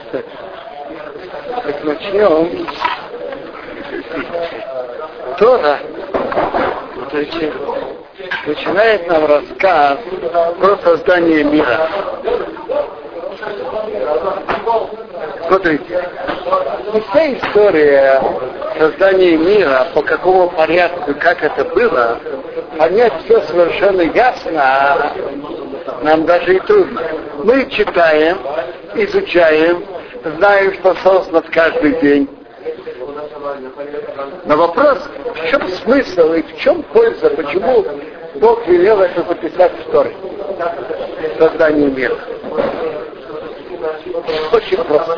Так начнем. Тора начинает нам рассказ про создание мира. Смотрите, и вся история создания мира, по какому порядку, как это было, понять все совершенно ясно, нам даже и трудно. Мы читаем, изучаем, знаем, что создано каждый день. Но вопрос, в чем смысл и в чем польза, почему Бог велел это записать в Торе, создание мира? Очень просто.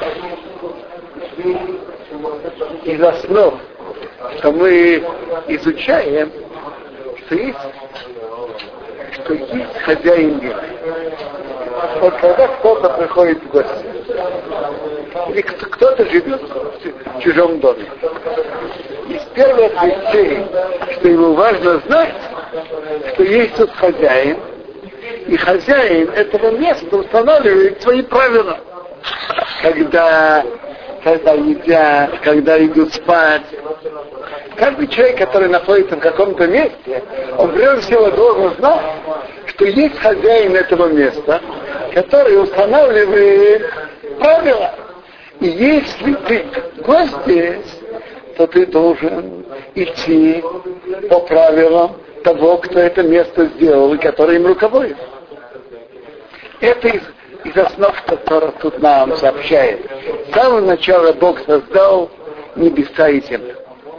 Из основ, что мы изучаем, что есть хозяин мира. Вот когда кто-то приходит в гости, или кто-то живет в чужом доме, из первых вещей, что ему важно знать, что есть тут хозяин, и хозяин этого места устанавливает свои правила. Когда едят, когда идут спать. Каждый человек, который находится в каком-то месте, он прежде всего должен знать, что есть хозяин этого места, который устанавливает правила. И если ты гость здесь, то ты должен идти по правилам того, кто это место сделал и который им руководит. Это из основ, которые тут нам сообщает. С самого начала Бог создал небеса и землю.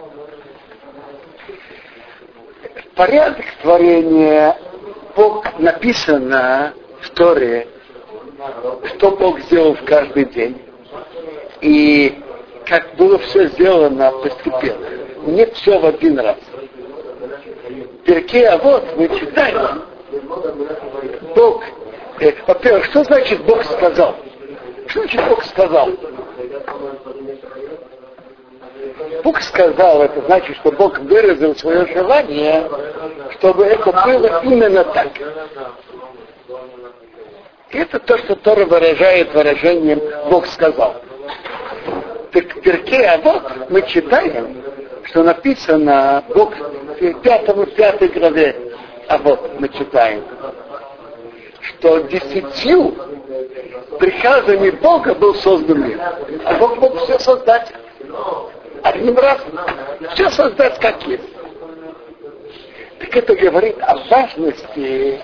Порядок творения Бог написано в Торе, что Бог сделал в каждый день. И как было все сделано постепенно. Не все в один раз. В Перкей Авот мы читаем, Бог, во-первых, что значит Бог сказал? Что значит Бог сказал? Бог сказал, это значит, что Бог выразил свое желание, чтобы это было именно так. И это то, что Тора выражает выражением «Бог сказал». Так в Перкей Авот мы читаем, что написано Бог в 5 главе Авот мы читаем, что 10 приказами Бога был создан мир. А Бог мог все создать одним разом. Все создать как есть. Так это говорит о важности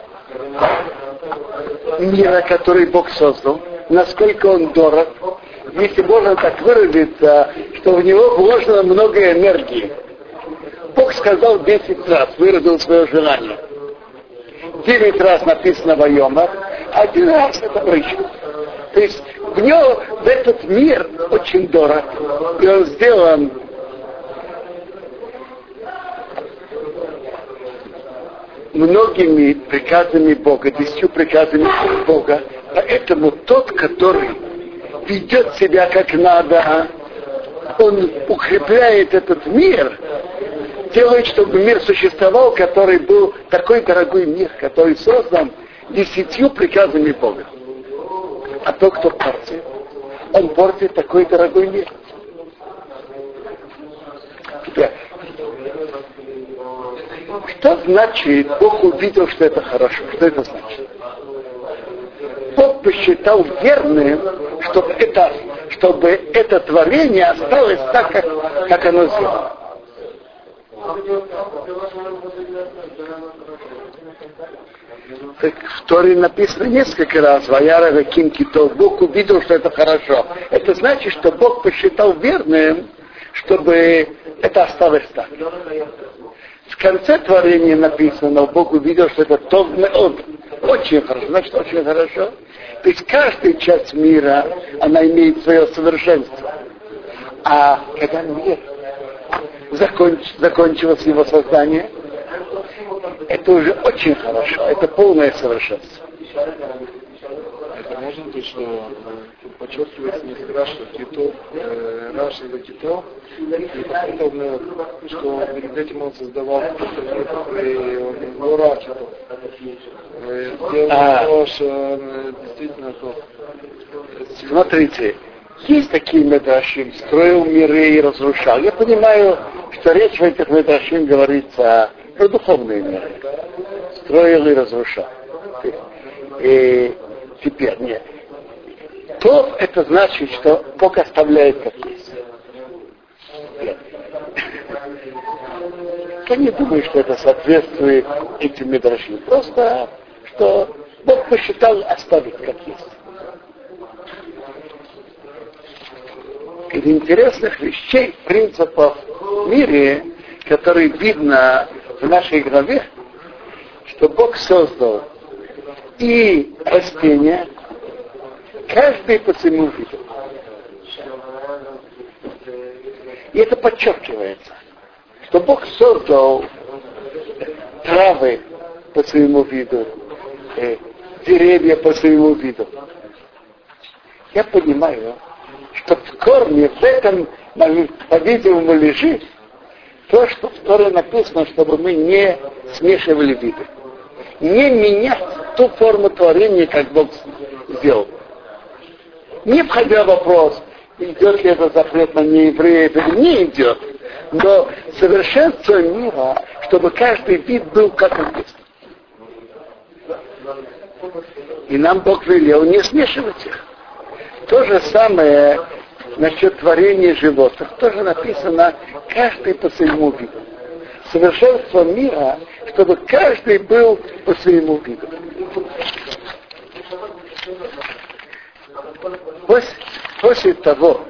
мира, который Бог создал, насколько он дорог, если можно так выразиться, что в него вложено много энергии. Бог сказал 10 раз, выразил свое желание. 9 раз написано «Вайомар», 1 раз это прыщик. То есть в него, в этот мир очень дорог. И он сделан многими приказами Бога, 10 приказами Бога. Поэтому тот, который ведет себя как надо, он укрепляет этот мир, делает, чтобы мир существовал, который был такой дорогой мир, который создан 10 приказами Бога. А тот, кто портит, он портит такой дорогой мир. Теперь, что значит Бог увидел, что это хорошо? Что это значит? Бог посчитал верным, чтобы это творение осталось так, как оно сделано. Так в Торе написано несколько раз, «Ваяра веким китов», Бог увидел, что это хорошо. Это значит, что Бог посчитал верным, чтобы это осталось так. В конце творения написано, Бог увидел, что это очень хорошо, значит, очень хорошо. То есть каждая часть мира, она имеет свое совершенство. А когда мир закончилось его создание, это уже очень хорошо, это полное совершенство. Это можно быть, что тут подчеркивается несколько раз, что Титов, Раши за Титов, и потом, что перед этим он создавал и он Лора Титов. Делал то, что действительно то Смотрите, есть такие медрашим, строил миры и разрушал. Я понимаю, что речь в этих медрашим говорится про духовные миры. Строил и разрушал. И теперь нет. То это значит, что Бог оставляет как есть. Нет. Я не думаю, что это соответствует этим медрашим. Просто, что Бог посчитал оставить как есть. Из интересных вещей, принципов в мире, которые видно в нашей главе, что Бог создал и растения, каждый по своему виду. И это подчеркивается, что Бог создал травы по своему виду, деревья по своему виду. Я понимаю, что в корне в этом, по-видимому, лежит то, что в Торе написано, чтобы мы не смешивали виды. Не менять ту форму творения, как Бог сделал. Не входя в вопрос, идет ли это запрет на неевреев или не идет, но совершенство мира, чтобы каждый вид был как он есть. И нам Бог велел не смешивать их. То же самое насчет творения животных. Тоже написано, каждый по своему виду. Совершенство мира, чтобы каждый был по своему виду. После того,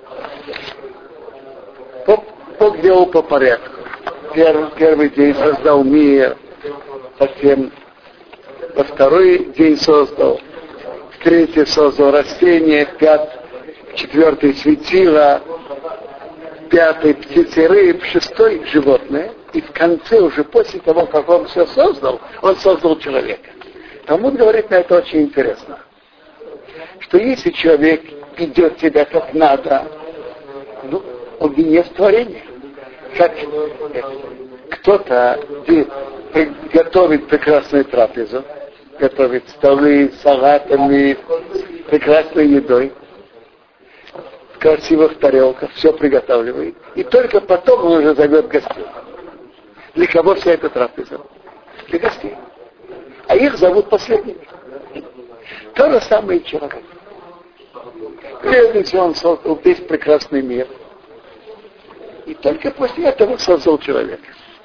Бог делал по порядку. Первый день создал мир, затем во второй день создал, в третий создал растения, в четвертый светило, в пятый птицы рыб, в шестой животные, и в конце, уже после того, как он все создал, он создал человека. Талмуд говорит на это очень интересно, что если человек ведет себя как надо, он не в творении. Как кто-то готовит прекрасную трапезу, готовит столы, салатами, прекрасной едой, в красивых тарелках, все приготавливает, и только потом он уже зовет гостей. Для кого вся эта трапеза? Для гостей. А их зовут последними. То же самое и человек. Прежде всего он создал весь прекрасный мир. И только после этого создал человека.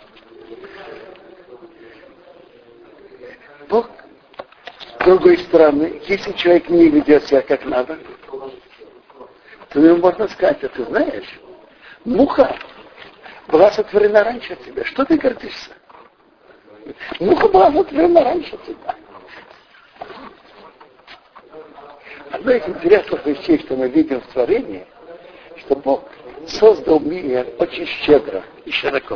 Бог, с другой стороны, если человек не ведет себя как надо, то ему можно сказать, а ты знаешь, муха была сотворена раньше тебя. Что ты гордишься? Муха была сотворена раньше тебя. Одно из интересных вещей, что мы видим в творении, что Бог создал мир очень щедро и широко.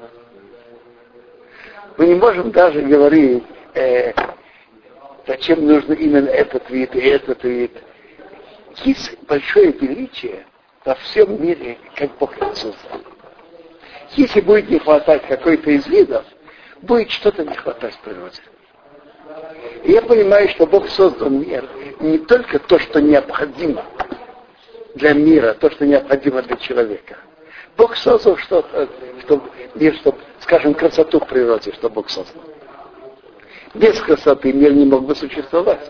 Мы не можем даже говорить, зачем нужно именно этот вид и этот вид. Есть большое величие во всем мире, как Бог это создал. Если будет не хватать какой-то из видов, будет что-то не хватать в природе. И я понимаю, что Бог создал мир не только то, что необходимо для мира, то, что необходимо для человека. Бог создал что-то, мир, чтобы, скажем, красоту в природе, что Бог создал. Без красоты мир не мог бы существовать.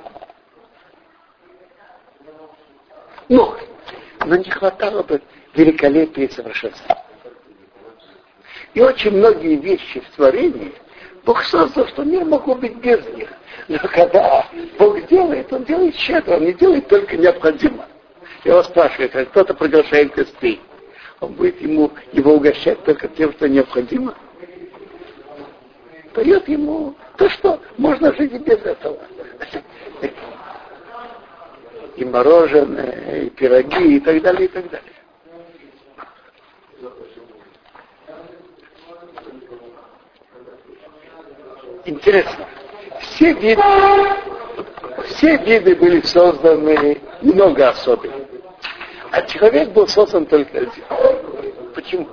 Но не хватало бы великолепия и совершенства. И очень многие вещи в творении Бог создал, что мир мог быть без них. Но когда Бог делает, он делает щедро, он не делает только необходимо. Его спрашивают, когда кто-то приглашает гостей, он будет его угощать только тем, что необходимо. Дает ему то, что можно жить и без этого. И мороженое, и пироги, и так далее, и так далее. Интересно. Все виды были созданы много особенных. А человек был создан только один. Почему?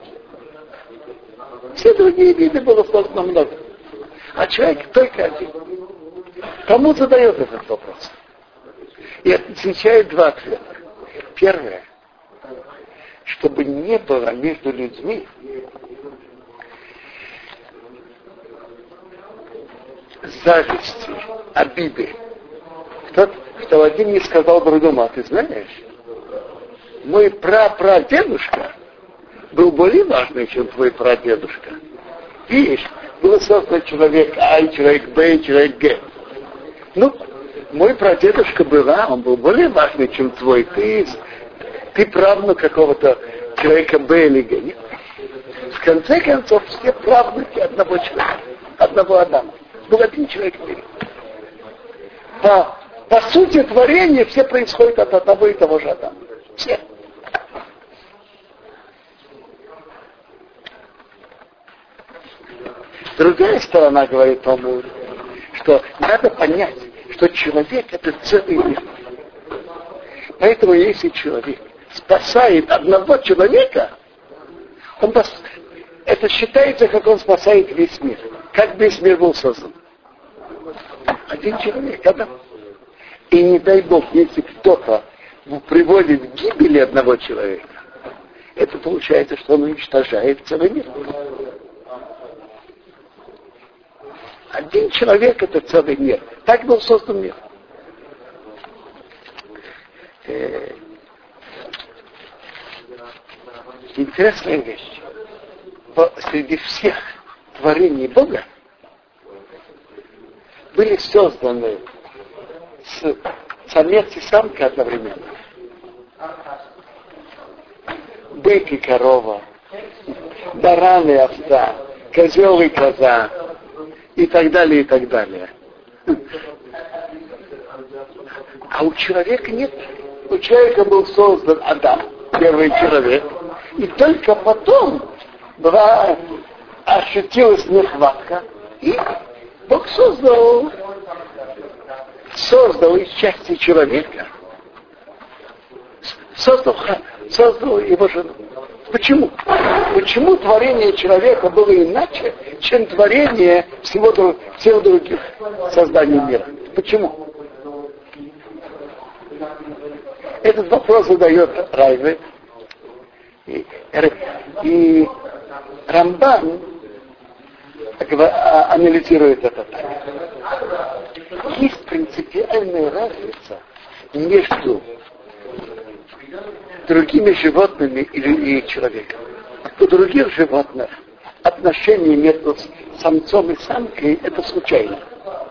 Все другие виды было создано много. А человек только один. Кому задает этот вопрос? И отвечает два ответа. Первое, чтобы не было между людьми зависти, обиды. Кто один не сказал другому, а ты знаешь, мой прапрадедушка был более важный, чем твой прадедушка. Видишь, был создан человек А, человек Б, человек Г. Ну, мой прадедушка он был более важный, чем твой. Ты правнук какого-то человека Б или Г. Нет. В конце концов, все правнуки одного человека, одного Адама. Был один человек в мире. По сути творения все происходит от одного и того же Адама. Все. Другая сторона говорит тому, что надо понять, что человек — это целый мир. Поэтому если человек спасает одного человека, это считается, как он спасает весь мир. Как весь мир был создан. Один человек, Адам. И не дай Бог, если кто-то приводит к гибели одного человека, это получается, что он уничтожает целый мир. Один человек — это целый мир. Так был создан мир. Интересная вещь. Среди всех творений Бога были созданы самец и самка одновременно. Бык и корова, баран и овца, козел и коза, и так далее, и так далее. А у человека нет. У человека был создан Адам, первый человек, и только потом ощутилась нехватка, и Бог создал из части человека, создал его жену. Почему? Почему творение человека было иначе, чем творение всех других созданий мира? Почему? Этот вопрос задает Райве. И Рамбан анализирует это так. Есть принципиальная разница между другими животными и человеком. У других животных отношения между самцом и самкой — это случайно.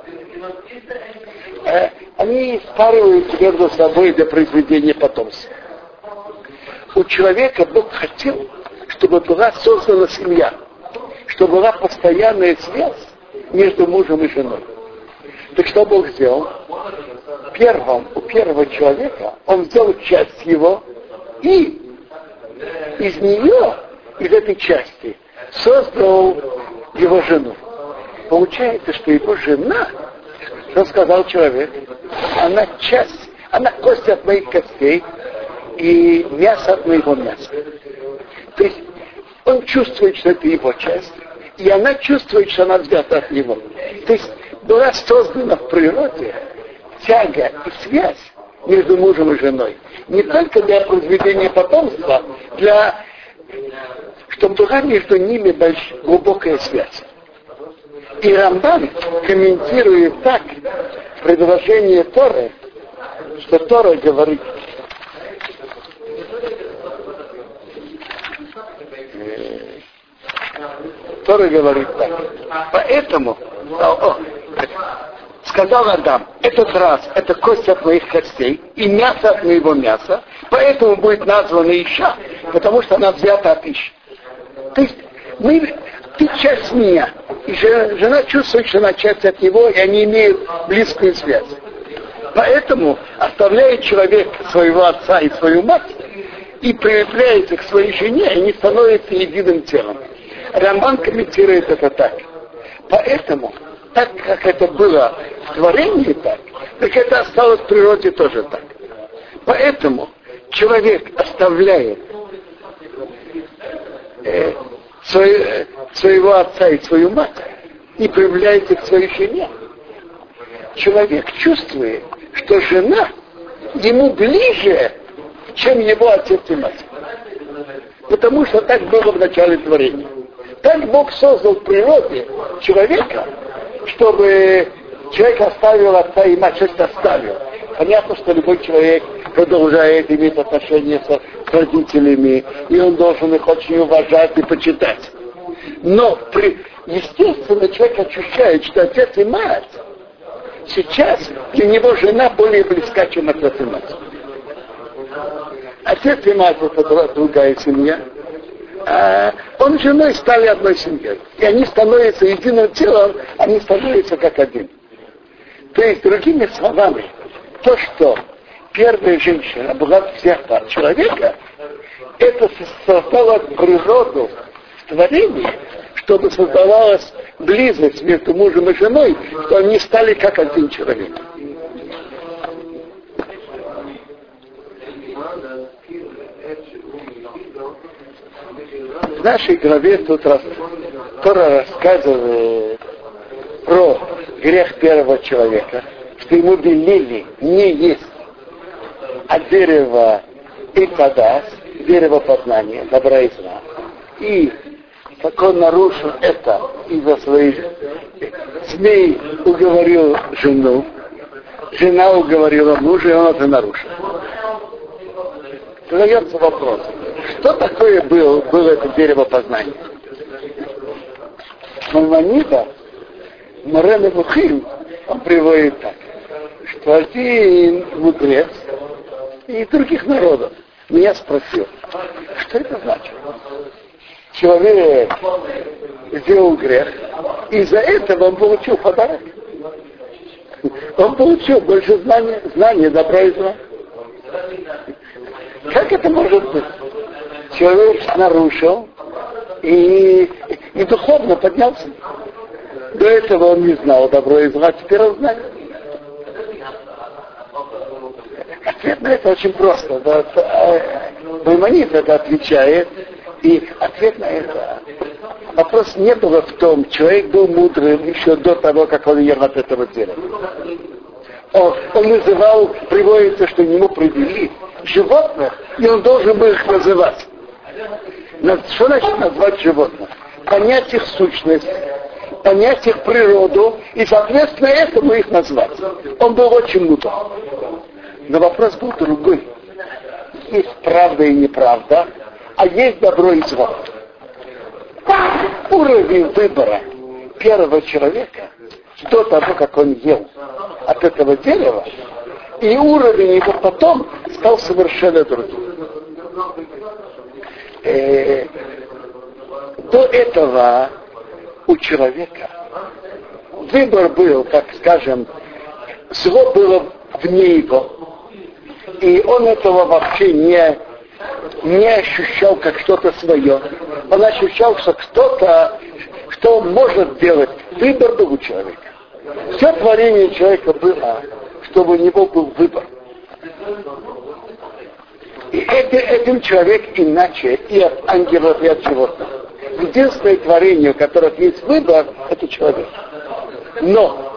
Они спариваются между собой для произведения потомства. У человека Бог хотел, чтобы была создана семья, чтобы была постоянная связь между мужем и женой. Так что Бог сделал? У первого человека он взял часть его и из этой части, создал его жену. Получается, что его жена, что сказал человек, она кость от моих костей и мясо от моего мяса. То есть он чувствует, что это его часть, и она чувствует, что она взята от него. То есть была создана в природе тяга и связь между мужем и женой. Не только для произведения потомства, чтобы была между ними глубокая связь. И Рамбан комментирует так предложение Торы, что Тора говорит, так. Поэтому сказал Адам, этот раз это кость от моих костей и мясо от моего мяса, поэтому будет названа Иша, потому что она взята от Иши. То есть ты часть меня, и жена чувствует, что она часть от него, и они имеют близкую связь. Поэтому оставляет человек своего отца и свою мать и прилепляется к своей жене, и они становятся единым телом. Рамбан комментирует это так. Поэтому, так как это было в творении так это осталось в природе тоже так. Поэтому человек оставляет своего отца и свою мать и проявляется к своей жене. Человек чувствует, что жена ему ближе, чем его отец и мать. Потому что так было в начале творения. Так Бог создал в природе человека, чтобы человек оставил отца и мать, что-то оставил. Понятно, что любой человек продолжает иметь отношения с родителями, и он должен их очень уважать и почитать. Но естественно, человек ощущает, что отец и мать сейчас для него жена более близка, чем отец и мать. Отец и мать — это другая семья. А он с женой стали одной семьей. И они становятся единым телом, они становятся как один. То есть, другими словами, то, что первая женщина была взята от человека, это создало природу в творении, чтобы создавалась близость между мужем и женой, что они стали как один человек. В нашей главе тут Тора рассказывает про грех первого человека, что ему велели не есть от дерева Икадас, дерева познания, добра и зла. И как он нарушил это из-за своих змей, уговорил жену, жена уговорила мужа, и он это нарушил. Задается вопрос, что такое было это дерево познания? Маймонида, Морен Небухим, он приводит так, что один мудрец и других народов меня спросил, что это значит? Человек сделал грех, и из-за этого он получил подарок. Он получил больше знания, добра и зла. Как это может быть? Человек нарушил и духовно поднялся. До этого он не знал добро и зла, теперь он знает. Ответ на это очень просто. Маймонид это отвечает, и ответ на это. Вопрос не был в том, человек был мудрым еще до того, как он ел от этого дерева. Он называл, приводится, что ему привели животных, и он должен был их называть. Что значит назвать животных? Понять их сущность, понять их природу, и, соответственно, этому их назвать. Он был очень мудр. Но вопрос был другой. Есть правда и неправда, а есть добро и зло. Уровень выбора первого человека до того, как он ел от этого дерева, и уровень его потом стал совершенно другим. До этого у человека выбор был, как скажем, зло было вне его, и он этого вообще не ощущал как что-то свое. Он ощущал, что кто-то, что может делать. Выбор был у человека. Все творение человека было, чтобы у него был выбор. И этим человек иначе и от ангелов, и от животных. Единственное творение, у которых есть выбор, это человек. Но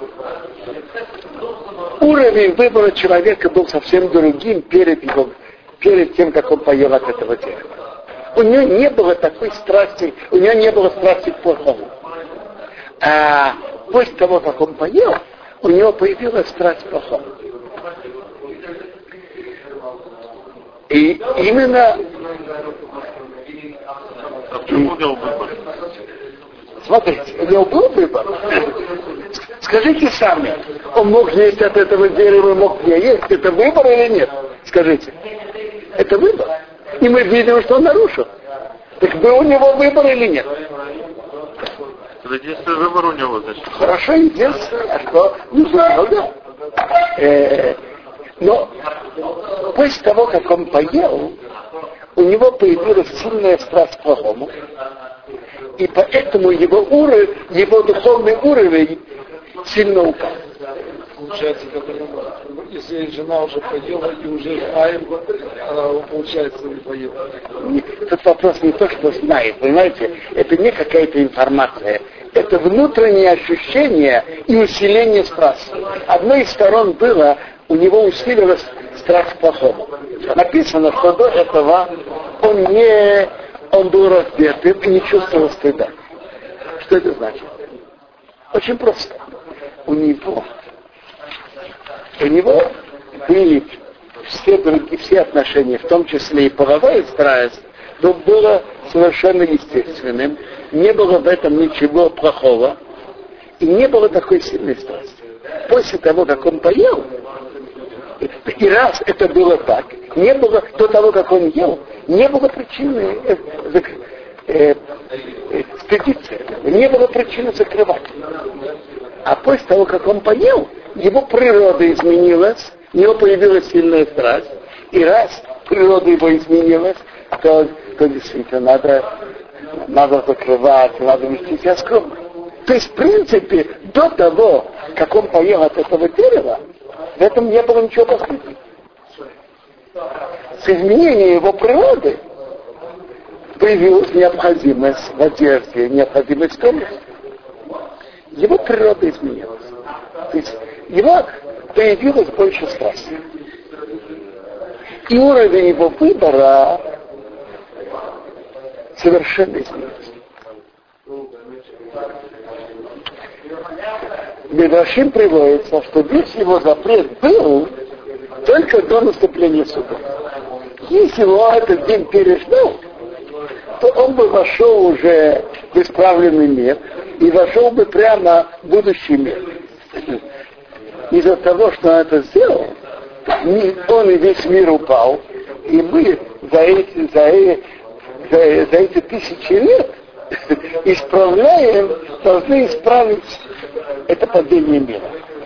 уровень выбора человека был совсем другим перед тем, как он поел от этого дерева. У него не было такой страсти, у него не было страсти к плохому. А после того, как он поел, у него появилась страсть к плохому. И именно... А почему у него выбор? Смотрите, у него был выбор. Скажите сами, он мог есть от этого дерева, мог не есть. Это выбор или нет? Скажите. Это выбор. И мы видим, что он нарушил. Так был у него выбор или нет? Это единственный выбор у него, значит. Хорошо, единственное, а что нужно было. Но после того, как он поел, у него появилась сильная страсть к плохому. И поэтому его духовный уровень сильно упал. Получается, если жена уже поела и уже знает, она, получается, не поела. Тут вопрос не то, что знает, понимаете, это не какая-то информация, это внутреннее ощущение и усиление страсти. Одной из сторон было, у него усилилась страх плохому. Написано, что до этого он был раздетым и не чувствовал стыда. Что это значит? Очень просто. У него были все отношения, в том числе и половая страсть, но было совершенно естественным, не было в этом ничего плохого, и не было такой сильной страсти. После того, как он поел, и раз это было так, не было, до того, как он ел, не было причины стыдиться, не было причины закрывать. А после того, как он поел, его природа изменилась, у него появилась сильная страсть, и раз природа его изменилась, то действительно надо закрывать, надо вести себя скромно. То есть, в принципе, до того, как он поел от этого дерева, в этом не было ничего постыдного. С изменением его природы появилась необходимость в одежде, необходимость в скромности. Его природа изменилась. То есть, его появилось больше страсти. И уровень его выбора совершенно изменился. В Мидрашим приводится, что весь его запрет был только до наступления суда. Если он этот день переждал, то он бы вошел уже в исправленный мир и вошел бы прямо в будущий мир. Из-за того, что он это сделал, он и весь мир упал, и мы за эти тысячи лет должны исправить это падение мира.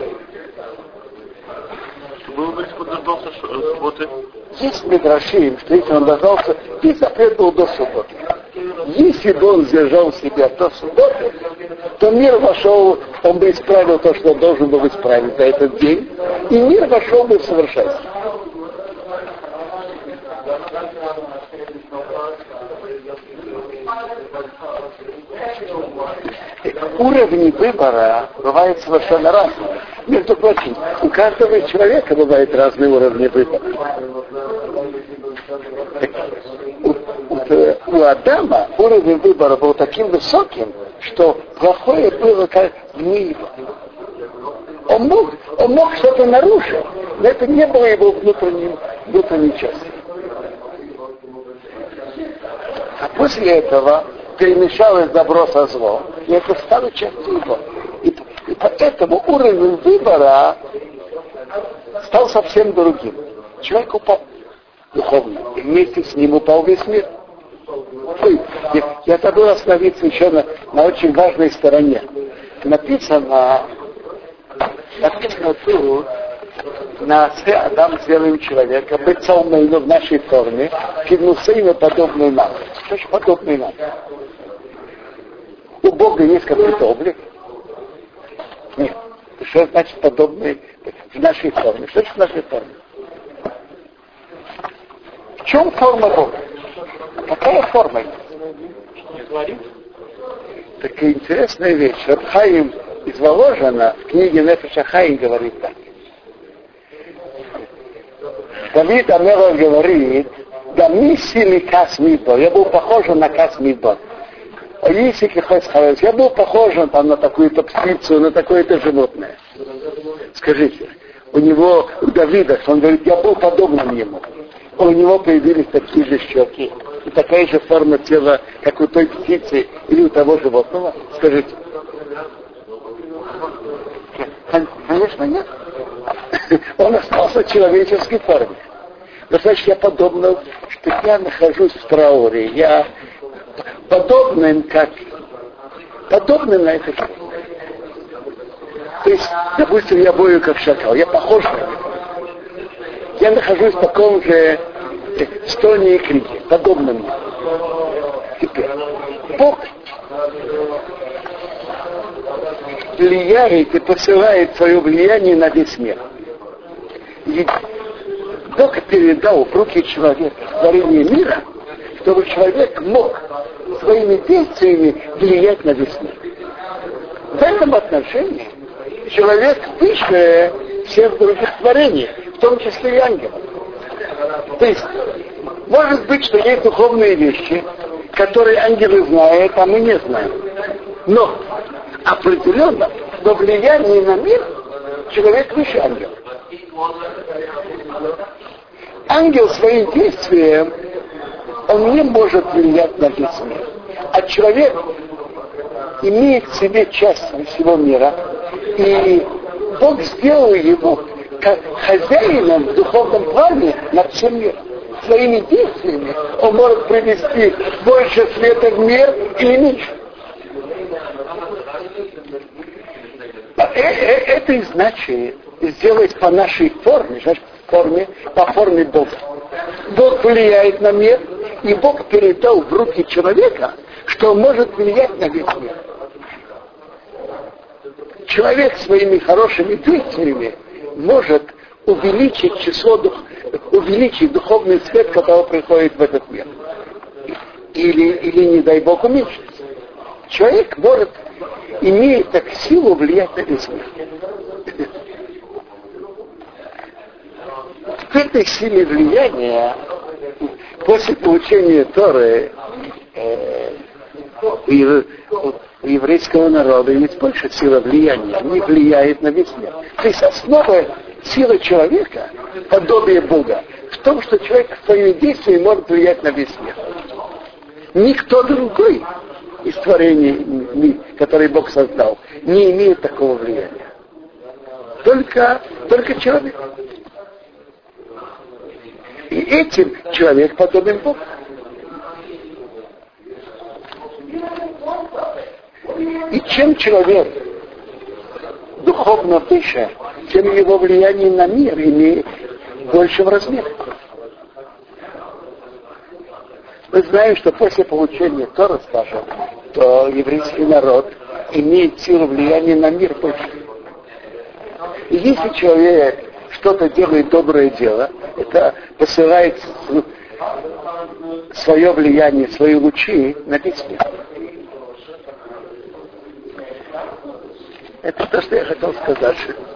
Чтобы он подождался субботы? Есть Мидрашим, что если он дождался, весь запрет был до субботы. Если бы он сдержал себя до субботы, то мир вошел, он бы исправил то, что он должен был исправить за этот день, и мир вошел бы в совершенство. Уровни выбора бывают совершенно разные. Между прочим, у каждого человека бывают разные уровни выбора. У Адама уровень выбора был таким высоким, что плохое было как вне его. Он мог что-то нарушить, но это не было его внутренней частью. А после этого перемешалось добро со злом, и это стало частью его. И поэтому уровень выбора стал совсем другим. Человек упал духовно, и вместе с ним упал весь мир. Я забыл остановиться еще на очень важной стороне. Написано тут, на Адам сделаем человека, быть цалмейну в нашей форме, киднусейну подобный нам. Что же подобный нам? У Бога есть какой-то облик? Нет. Что значит подобный в нашей форме? Что значит в нашей форме? В чем форма Бога? Какая форма? Такая интересная вещь. Рабхаим из Воложина в книге Нефеш ха-Хаим говорит так. Давид Амелов говорит, да миссили кас мидбор. Я был похож на кас мидбор. А если я был похож на такую-то птицу, на такое-то животное. Скажите, у Давида, он говорит, я был подобным ему. У него появились такие же щеки и такая же форма тела, как у той птицы или у того животного. Скажите. Конечно, нет. Он остался в человеческой форме. Но значит, я подобно, что я нахожусь в трауре. Я подобным на это животное. То есть, допустим, я бою как шакал. Я похож на это. Я нахожусь в таком же стоне и крике, подобном мне. Теперь, Бог влияет и посылает свое влияние на весь мир. И Бог передал в руки человека творение мира, чтобы человек мог своими действиями влиять на весь мир. В этом отношении человек выше всех других творений, в том числе и ангелов. То есть, может быть, что есть духовные вещи, которые ангелы знают, а мы не знаем. Но определенно, во влиянии на мир, человек выше ангела. Ангел своим действием, он не может влиять на весь мир. А человек имеет в себе часть всего мира, и Бог сделал его как хозяином в духовном плане над всем миром. Своими действиями он может привести больше света в мир или меньше. Это и значит сделать по нашей форме, значит, по форме Бога. Бог влияет на мир, и Бог передал в руки человека, что он может влиять на весь мир. Человек своими хорошими действиями может увеличить увеличить духовный свет, который приходит в этот мир. Или не дай Бог, уменьшить. Человек имеет так силу влиять на весь мир. В этой силе влияния, после получения Торы, у еврейского народа есть больше силы влияния, не влияет на весь мир. То есть основа силы человека, подобие Бога, в том, что человек своими действиями может влиять на весь мир. Никто другой из творений, которые Бог создал, не имеет такого влияния. Только человек. И этим человек подобен Богу. И чем человек духовно выше, тем его влияние на мир имеет большим размером. Мы знаем, что после получения Торы, скажем, то еврейский народ имеет силу влияния на мир больше. И если человек что-то делает доброе дело, это посылает свое влияние, свои лучи на весь мир. Это то, что я хотел сказать.